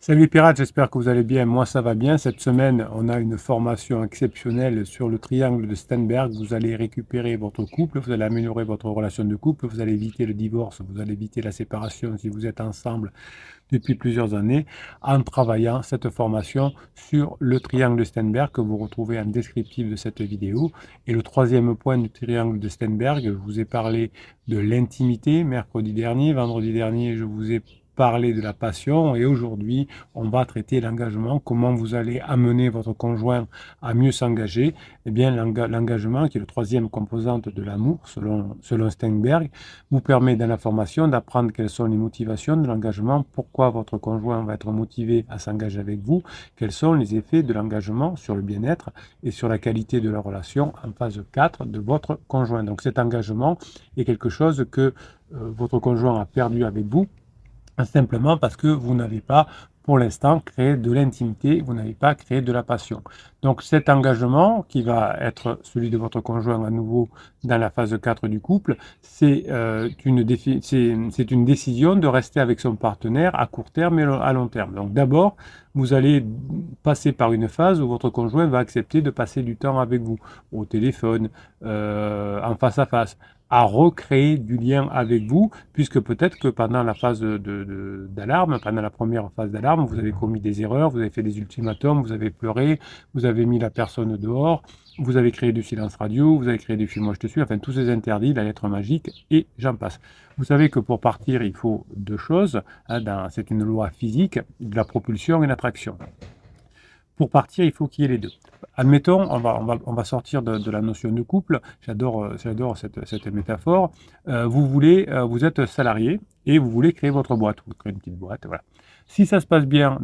Salut les pirates, j'espère que vous allez bien. Moi, ça va bien. Cette semaine, on a une formation exceptionnelle sur le triangle de Steinberg. Vous allez récupérer votre couple, vous allez améliorer votre relation de couple, vous allez éviter le divorce, vous allez éviter la séparation si vous êtes ensemble depuis plusieurs années en travaillant cette formation sur le triangle de Steinberg que vous retrouvez en descriptif de cette vidéo. Et le troisième point du triangle de Steinberg, je vous ai parlé de l'intimité mercredi dernier. Vendredi dernier, je vous ai parlé de la passion et aujourd'hui on va traiter l'engagement, comment vous allez amener votre conjoint à mieux s'engager. Eh bien l'engagement, qui est le troisième composante de l'amour selon Steinberg, vous permet dans la formation d'apprendre quelles sont les motivations de l'engagement, pourquoi votre conjoint va être motivé à s'engager avec vous, quels sont les effets de l'engagement sur le bien-être et sur la qualité de la relation en phase 4 de votre conjoint. Donc cet engagement est quelque chose que votre conjoint a perdu avec vous, simplement parce que vous n'avez pas, pour l'instant, créé de l'intimité, vous n'avez pas créé de la passion. Donc cet engagement, qui va être celui de votre conjoint à nouveau dans la phase 4 du couple, c'est une décision de rester avec son partenaire à court terme et à long terme. Donc d'abord, vous allez passer par une phase où votre conjoint va accepter de passer du temps avec vous, au téléphone, en face à face, à recréer du lien avec vous, puisque peut-être que pendant la phase d'alarme, pendant la première phase d'alarme, vous avez commis des erreurs, vous avez fait des ultimatums, vous avez pleuré, vous avez mis la personne dehors, vous avez créé du silence radio, vous avez créé du film moi je te suis, enfin tous ces interdits, la lettre magique, et j'en passe. Vous savez que pour partir, il faut deux choses, hein, c'est une loi physique, de la propulsion et l'attraction. Pour partir, il faut qu'il y ait les deux. Admettons, on va sortir de la notion de couple. J'adore cette métaphore. Vous êtes salarié et vous voulez créer votre boîte. Vous créez une petite boîte, voilà. Si ça se passe bien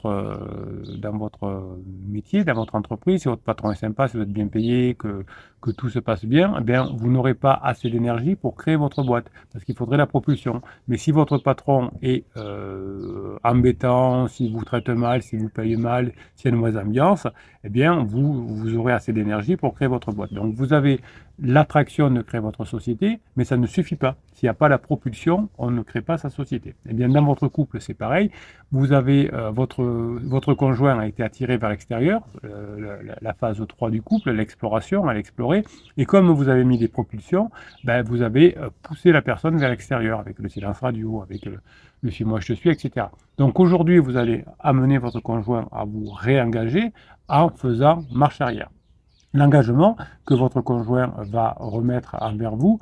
dans votre métier, dans votre entreprise, si votre patron est sympa, si vous êtes bien payé, que tout se passe bien, eh bien, vous n'aurez pas assez d'énergie pour créer votre boîte, parce qu'il faudrait la propulsion. Mais si votre patron est embêtant, s'il vous traite mal, s'il vous paye mal, s'il y a une mauvaise ambiance, eh bien, vous aurez assez d'énergie pour créer votre boîte. Donc, vous avez l'attraction de créer votre société, mais ça ne suffit pas. S'il n'y a pas la propulsion, on ne crée pas sa société. Eh bien, dans votre couple, c'est pareil. Vous avez votre conjoint a été attiré vers l'extérieur, la phase 3 du couple, l'exploration, à l'explorer. Et comme vous avez mis des propulsions, ben, vous avez poussé la personne vers l'extérieur avec le silence radio, avec le film moi je te suis, etc. Donc aujourd'hui, vous allez amener votre conjoint à vous réengager en faisant marche arrière. L'engagement que votre conjoint va remettre envers vous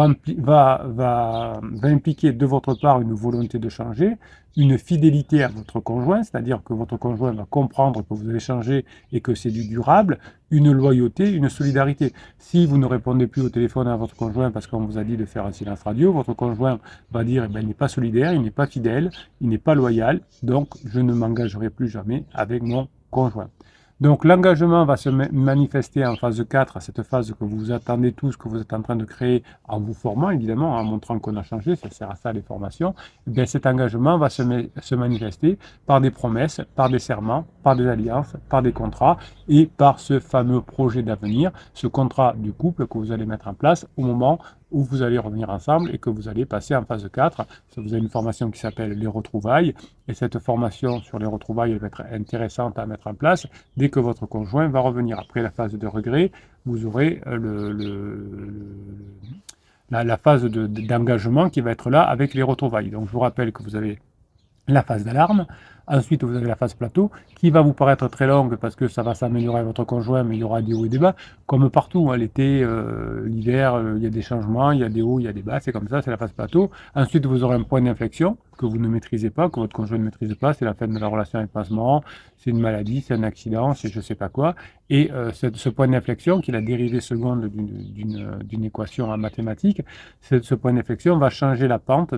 va impliquer de votre part une volonté de changer, une fidélité à votre conjoint, c'est-à-dire que votre conjoint va comprendre que vous allez changer et que c'est du durable, une loyauté, une solidarité. Si vous ne répondez plus au téléphone à votre conjoint parce qu'on vous a dit de faire un silence radio, votre conjoint va dire il n'est pas solidaire, il n'est pas fidèle, il n'est pas loyal, donc je ne m'engagerai plus jamais avec mon conjoint. Donc l'engagement va se manifester en phase 4, cette phase que vous attendez tous, que vous êtes en train de créer en vous formant évidemment, en montrant qu'on a changé, ça sert à ça les formations. Et bien, cet engagement va se manifester par des promesses, par des serments, par des alliances, par des contrats et par ce fameux projet d'avenir, ce contrat du couple que vous allez mettre en place au moment où vous allez revenir ensemble et que vous allez passer en phase 4. Vous avez une formation qui s'appelle les retrouvailles et cette formation sur les retrouvailles elle va être intéressante à mettre en place dès que votre conjoint va revenir. Après la phase de regret, vous aurez la phase d'engagement qui va être là avec les retrouvailles. Donc je vous rappelle que vous avez la phase d'alarme. Ensuite, vous avez la phase plateau qui va vous paraître très longue parce que ça va s'améliorer à votre conjoint, mais il y aura des hauts et des bas, comme partout. Hein, l'été, l'hiver, il y a des changements, il y a des hauts, il y a des bas, c'est comme ça, c'est la phase plateau. Ensuite, vous aurez un point d'inflexion que vous ne maîtrisez pas, que votre conjoint ne maîtrise pas, c'est la fin de la relation avec passement, c'est une maladie, c'est un accident, c'est je sais pas quoi. Et ce point d'inflexion, qui est la dérivée seconde d'une équation en mathématiques, ce point d'inflexion va changer la pente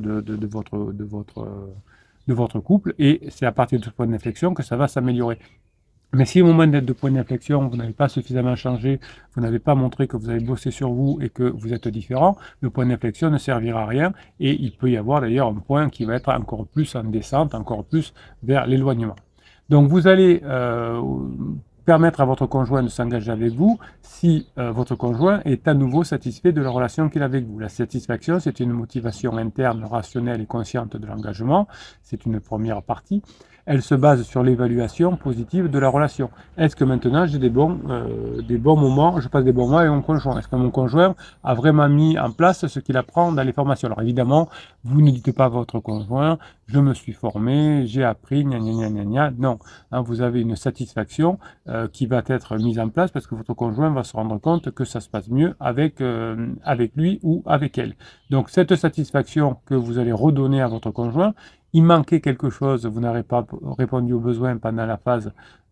de votre couple et c'est à partir de ce point d'inflexion que ça va s'améliorer. Mais si au moment de point d'inflexion, vous n'avez pas suffisamment changé, vous n'avez pas montré que vous avez bossé sur vous et que vous êtes différent, le point d'inflexion ne servira à rien et il peut y avoir d'ailleurs un point qui va être encore plus en descente, encore plus vers l'éloignement. Donc vous allez permettre à votre conjoint de s'engager avec vous si votre conjoint est à nouveau satisfait de la relation qu'il a avec vous. La satisfaction, c'est une motivation interne, rationnelle et consciente de l'engagement. C'est une première partie. elle se base sur l'évaluation positive de la relation. Est-ce que maintenant j'ai des bons moments, je passe des bons moments avec mon conjoint? Est-ce que mon conjoint a vraiment mis en place ce qu'il apprend dans les formations? Alors évidemment, vous ne dites pas à votre conjoint, je me suis formé, j'ai appris, gna gna gna gna gna. Non, hein, vous avez une satisfaction qui va être mise en place parce que votre conjoint va se rendre compte que ça se passe mieux avec lui ou avec elle. Donc cette satisfaction que vous allez redonner à votre conjoint, il manquait quelque chose, vous n'avez pas répondu aux besoins pendant la phase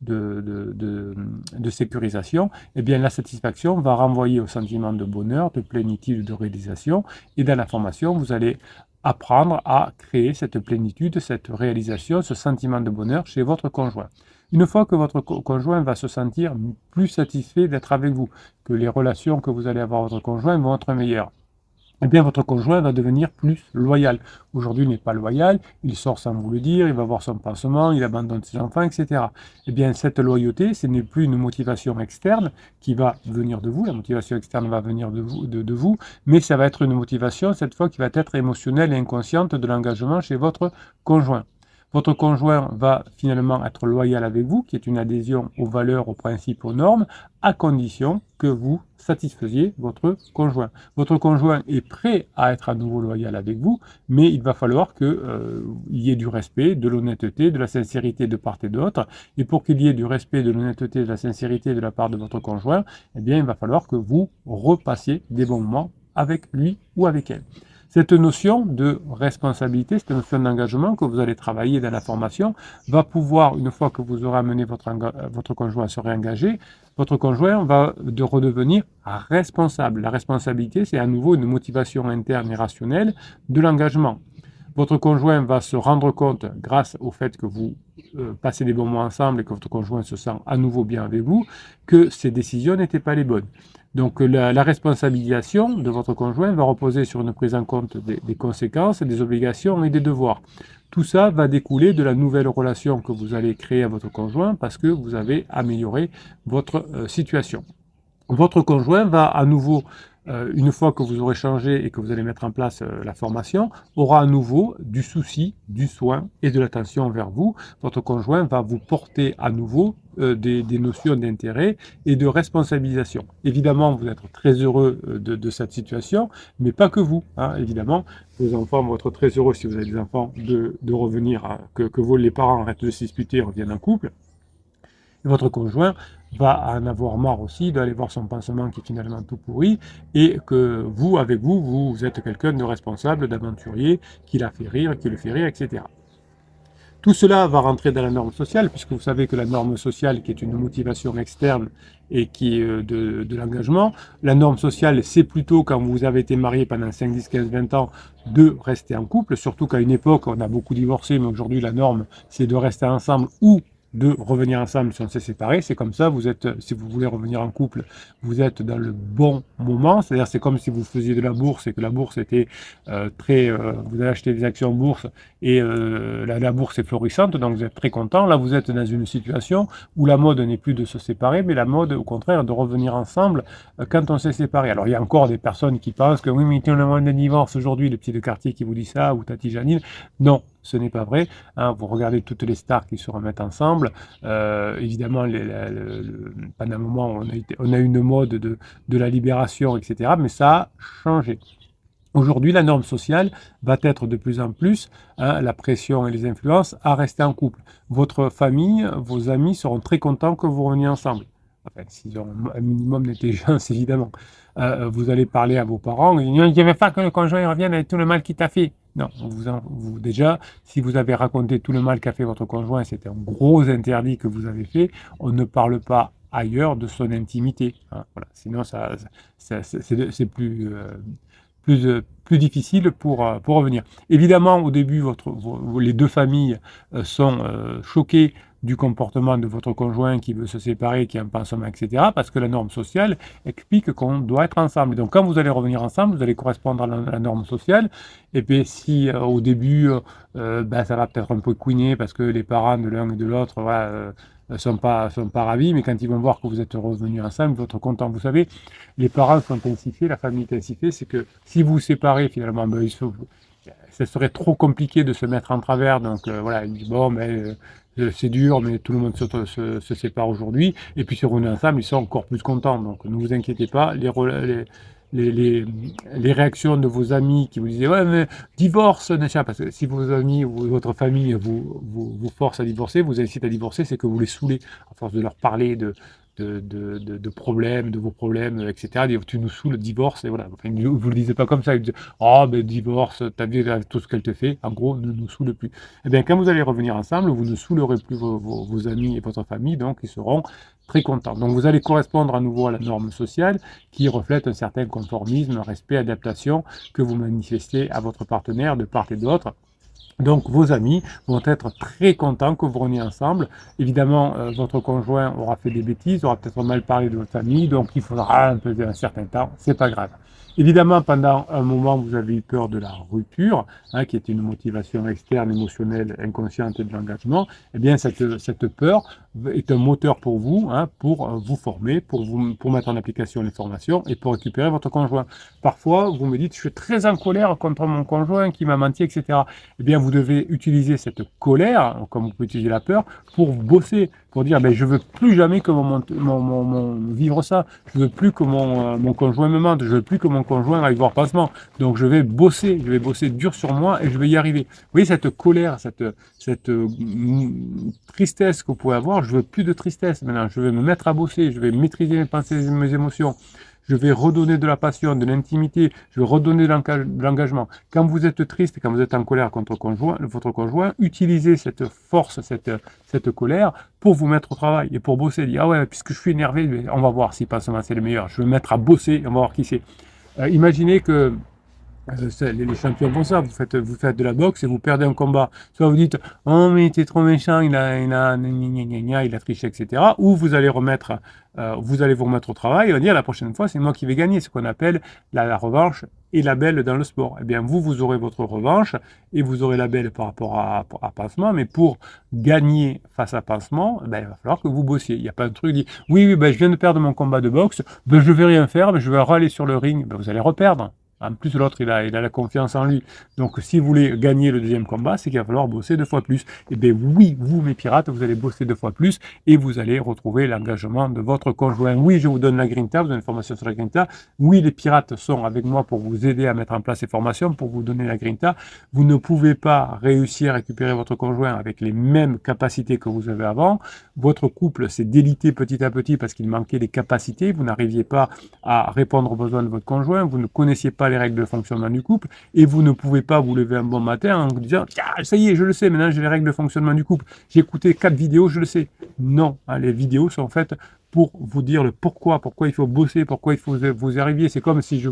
de sécurisation, eh bien la satisfaction va renvoyer au sentiment de bonheur, de plénitude, de réalisation, et dans la formation, vous allez apprendre à créer cette plénitude, cette réalisation, ce sentiment de bonheur chez votre conjoint. Une fois que votre conjoint va se sentir plus satisfait d'être avec vous, que les relations que vous allez avoir avec votre conjoint vont être meilleures, eh bien votre conjoint va devenir plus loyal. Aujourd'hui, il n'est pas loyal, il sort sans vous le dire, il va voir son pansement, il abandonne ses enfants, etc. Eh bien, cette loyauté, ce n'est plus une motivation externe qui va venir de vous, la motivation externe va venir de vous, mais ça va être une motivation, cette fois, qui va être émotionnelle et inconsciente de l'engagement chez votre conjoint. Votre conjoint va finalement être loyal avec vous, qui est une adhésion aux valeurs, aux principes, aux normes, à condition que vous satisfaisiez votre conjoint. Votre conjoint est prêt à être à nouveau loyal avec vous, mais il va falloir qu'il y ait du respect, de l'honnêteté, de la sincérité de part et d'autre. Et pour qu'il y ait du respect, de l'honnêteté, de la sincérité de la part de votre conjoint, eh bien, il va falloir que vous repassiez des bons moments avec lui ou avec elle. Cette notion de responsabilité, cette notion d'engagement que vous allez travailler dans la formation, va pouvoir, une fois que vous aurez amené votre conjoint à se réengager, votre conjoint va redevenir responsable. La responsabilité, c'est à nouveau une motivation interne et rationnelle de l'engagement. Votre conjoint va se rendre compte, grâce au fait que vous passez des bons moments ensemble et que votre conjoint se sent à nouveau bien avec vous, que ces décisions n'étaient pas les bonnes. Donc la responsabilisation de votre conjoint va reposer sur une prise en compte des conséquences, des obligations et des devoirs. Tout ça va découler de la nouvelle relation que vous allez créer à votre conjoint parce que vous avez amélioré votre situation. Votre conjoint va à nouveau, une fois que vous aurez changé et que vous allez mettre en place la formation, aura à nouveau du souci, du soin et de l'attention envers vous. Votre conjoint va vous porter à nouveau des notions d'intérêt et de responsabilisation. Évidemment, vous êtes très heureux de cette situation, mais pas que vous. Hein. Évidemment, vos enfants vont être très heureux si vous avez des enfants de revenir, que vous, les parents, arrêtent de se disputer et reviennent en couple. Et votre conjoint va en avoir marre aussi d'aller voir son pansement qui est finalement tout pourri et que vous, avec vous, vous êtes quelqu'un de responsable, d'aventurier, qui l'a fait rire, qui le fait rire, etc. Tout cela va rentrer dans la norme sociale, puisque vous savez que la norme sociale, qui est une motivation externe et qui est de l'engagement, la norme sociale, c'est plutôt quand vous avez été marié pendant 5, 10, 15, 20 ans, de rester en couple, surtout qu'à une époque, on a beaucoup divorcé, mais aujourd'hui, la norme, c'est de rester ensemble ou de revenir ensemble si on s'est séparés. C'est comme ça, vous êtes, si vous voulez revenir en couple, vous êtes dans le bon moment. C'est-à-dire, c'est comme si vous faisiez de la bourse et que la bourse était vous avez acheté des actions en bourse et la bourse est florissante, donc vous êtes très content. Là, vous êtes dans une situation où la mode n'est plus de se séparer, mais la mode, au contraire, de revenir ensemble quand on s'est séparé. Alors, il y a encore des personnes qui pensent que oui, mais tout le monde divorce aujourd'hui, le petit de quartier qui vous dit ça, ou Tati Janine. Non, ce n'est pas vrai. Hein, vous regardez toutes les stars qui se remettent ensemble. Évidemment, pendant un moment, on a eu une mode de la libération, etc. Mais ça a changé. Aujourd'hui, la norme sociale va être de plus en plus la pression et les influences à rester en couple. Votre famille, vos amis seront très contents que vous reveniez ensemble. Enfin, s'ils ont un minimum d'intelligence, évidemment. Vous allez parler à vos parents, il n'y avait pas que le conjoint revienne avec tout le mal qu'il t'a fait. Non, déjà, si vous avez raconté tout le mal qu'a fait votre conjoint, c'était un gros interdit que vous avez fait, on ne parle pas ailleurs de son intimité. Hein, voilà. Sinon, c'est plus difficile pour revenir. Évidemment, au début, les deux familles sont choquées du comportement de votre conjoint qui veut se séparer, qui a un pansement, etc. Parce que la norme sociale explique qu'on doit être ensemble. Et donc, quand vous allez revenir ensemble, vous allez correspondre à la norme sociale. Et bien, si au début, ça va peut-être un peu couiner parce que les parents de l'un et de l'autre, sont pas ravis, mais quand ils vont voir que vous êtes revenus ensemble, vous êtes contents. Vous savez, les parents sont ainsi faits, la famille est ainsi faite, c'est que si vous vous séparez, finalement, ce serait trop compliqué de se mettre en travers. Donc voilà, ils disent bon, c'est dur, mais tout le monde se sépare aujourd'hui. Et puis, se réunir ensemble, ils sont encore plus contents. Donc, ne vous inquiétez pas. Les, les, les réactions de vos amis qui vous disaient ouais mais divorce Nacha, parce que si vos amis ou votre famille vous force à divorcer, vous incite à divorcer, c'est que vous les saoulez à force de leur parler de problèmes, de vos problèmes, etc. Dire, tu nous saoules, divorce, et voilà. Enfin, vous le disiez pas comme ça, ils disaient oh mais divorce, t'as vu tout ce qu'elle te fait, en gros, ne nous saoule plus. Eh bien, quand vous allez revenir ensemble, vous ne saoulerez plus vos amis et votre famille, donc ils seront très contents. Donc vous allez correspondre à nouveau à la norme sociale qui reflète un certain conformisme, respect, adaptation que vous manifestez à votre partenaire de part et d'autre. Donc vos amis vont être très contents que vous reniez ensemble. Évidemment, votre conjoint aura fait des bêtises, aura peut-être mal parlé de votre famille, donc il faudra un certain temps, c'est pas grave. Évidemment, pendant un moment, vous avez eu peur de la rupture, hein, qui est une motivation externe, émotionnelle, inconsciente de l'engagement. Eh bien, cette peur est un moteur pour vous, hein, pour vous former, pour mettre en application les formations et pour récupérer votre conjoint. Parfois, vous me dites, je suis très en colère contre mon conjoint qui m'a menti, etc. Eh bien, vous devez utiliser cette colère, comme vous pouvez utiliser la peur, pour bosser, pour dire, ben, je veux plus jamais que vivre ça. Je veux plus que mon conjoint me mente. Je veux plus que mon conjoint aille voir pansement. Donc, je vais bosser dur sur moi et je vais y arriver. Vous voyez, cette colère, cette tristesse que vous pouvez avoir, je veux plus de tristesse maintenant. Je vais me mettre à bosser, je vais maîtriser mes pensées et mes émotions. Je vais redonner de la passion, de l'intimité, je vais redonner de l'engagement. Quand vous êtes triste, quand vous êtes en colère contre votre conjoint, utilisez cette force, cette colère pour vous mettre au travail et pour bosser. Dire, ah ouais, puisque je suis énervé, on va voir si pansement c'est le meilleur. Je vais me mettre à bosser et on va voir qui c'est. Imaginez que les champions font ça, vous faites de la boxe et vous perdez un combat. Soit vous dites, oh mais il était trop méchant, il a triché, etc. Ou vous allez vous allez vous remettre au travail et va dire, la prochaine fois, c'est moi qui vais gagner, ce qu'on appelle la revanche et la belle dans le sport. Eh bien, vous aurez votre revanche et vous aurez la belle par rapport à Pansement, mais pour gagner face à Pansement, ben, il va falloir que vous bossiez. Il n'y a pas un truc dit, oui, ben, je viens de perdre mon combat de boxe, ben, je vais rien faire, ben, je vais râler sur le ring, ben, vous allez reperdre. En plus, l'autre, il a la confiance en lui. Donc, si vous voulez gagner le deuxième combat, c'est qu'il va falloir bosser 2 fois plus. Et bien oui, vous, mes pirates, vous allez bosser 2 fois plus et vous allez retrouver l'engagement de votre conjoint. Oui, je vous donne la Grinta, vous avez une formation sur la Grinta. Oui, les pirates sont avec moi pour vous aider à mettre en place ces formations, pour vous donner la Grinta. Vous ne pouvez pas réussir à récupérer votre conjoint avec les mêmes capacités que vous avez avant. Votre couple s'est délité petit à petit parce qu'il manquait des capacités. Vous n'arriviez pas à répondre aux besoins de votre conjoint. Vous ne connaissiez pas les règles de fonctionnement du couple et vous ne pouvez pas vous lever un bon matin en vous disant ça y est, je le sais, maintenant j'ai les règles de fonctionnement du couple, j'ai écouté 4 vidéos, je le sais. Non, hein, les vidéos sont faites pour vous dire le pourquoi il faut bosser, pourquoi il faut vous arriver. C'est comme si je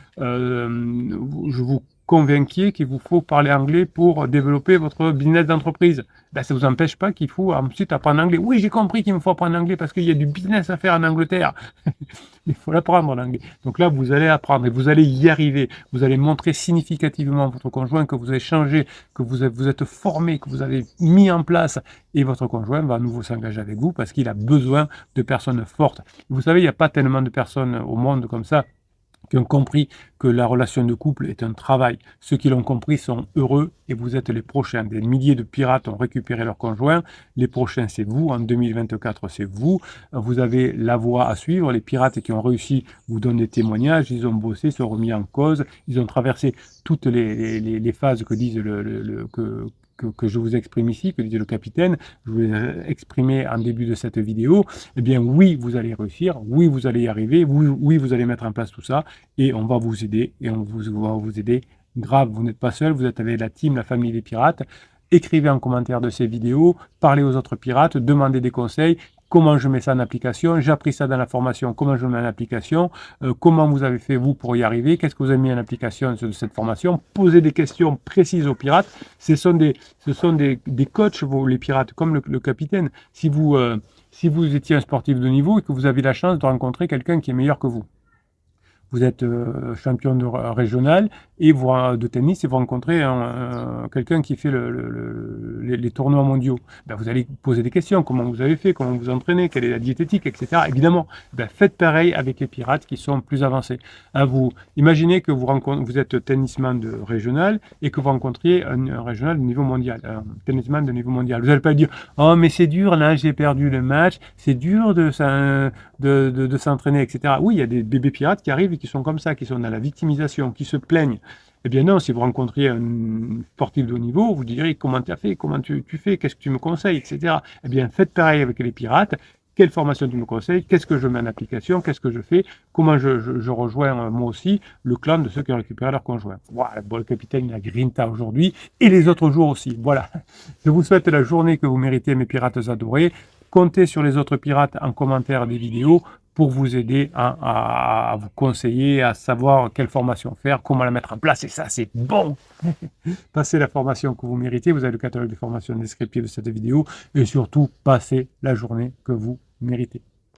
vous convainquiez qu'il vous faut parler anglais pour développer votre business d'entreprise. Ben, ça ne vous empêche pas qu'il faut ensuite apprendre l'anglais. Oui, j'ai compris qu'il me faut apprendre l'anglais parce qu'il y a du business à faire en Angleterre. Il faut l'apprendre l'anglais. Donc là, vous allez apprendre et vous allez y arriver. Vous allez montrer significativement à votre conjoint que vous avez changé, que vous êtes formé, que vous avez mis en place. Et votre conjoint va à nouveau s'engager avec vous parce qu'il a besoin de personnes fortes. Vous savez, il n'y a pas tellement de personnes au monde comme ça qui ont compris que la relation de couple est un travail. Ceux qui l'ont compris sont heureux et vous êtes les prochains. Des milliers de pirates ont récupéré leur conjoint. Les prochains, c'est vous. En 2024, c'est vous. Vous avez la voie à suivre. Les pirates qui ont réussi vous donnent des témoignages. Ils ont bossé, se remis en cause. Ils ont traversé toutes les phases que disent que je vous exprime ici, que dit le capitaine, je vous ai exprimé en début de cette vidéo, eh bien oui, vous allez réussir, oui, vous allez y arriver, oui, vous allez mettre en place tout ça, et on va vous aider, et on va vous aider grave. Vous n'êtes pas seul, vous êtes avec la team, la famille des pirates. Écrivez en commentaire de ces vidéos, parlez aux autres pirates, demandez des conseils. Comment je mets ça en application? J'ai appris ça dans la formation. Comment je le mets en application? Comment vous avez fait vous pour y arriver? Qu'est-ce que vous avez mis en application de cette formation? Posez des questions précises aux pirates. Ce sont des coachs, les pirates, comme le capitaine. Si vous étiez un sportif de niveau et que vous avez la chance de rencontrer quelqu'un qui est meilleur que vous êtes champion régional et de tennis, et vous rencontrez quelqu'un qui fait les tournois mondiaux. Ben, vous allez poser des questions, comment vous avez fait, comment vous entraînez, quelle est la diététique, etc. Évidemment, ben, faites pareil avec les pirates qui sont plus avancés. Hein, imaginez que vous êtes tennisman de régional et que vous rencontriez un régional de niveau mondial, un tennisman de niveau mondial. Vous n'allez pas dire « Oh, mais c'est dur, là, j'ai perdu le match, c'est dur de s'entraîner, etc. » Oui, il y a des bébés pirates qui arrivent et qui sont comme ça, qui sont dans la victimisation, qui se plaignent. Eh bien non, si vous rencontriez un sportif de haut niveau, vous direz comment tu as fait, comment tu fais, qu'est-ce que tu me conseilles, etc. Eh bien, faites pareil avec les pirates. Quelle formation tu me conseilles? Qu'est-ce que je mets en application? Qu'est-ce que je fais? Comment je rejoins moi aussi le clan de ceux qui ont récupéré leur conjoint? Voilà, bon, le capitaine a Grinta aujourd'hui et les autres jours aussi. Voilà. Je vous souhaite la journée que vous méritez, mes pirates adorés. Comptez sur les autres pirates en commentaire des vidéos pour vous aider à vous conseiller, à savoir quelle formation faire, comment la mettre en place. Et ça, c'est bon. Passez la formation que vous méritez. Vous avez le catalogue de formation descriptif de cette vidéo. Et surtout, passez la journée que vous méritez.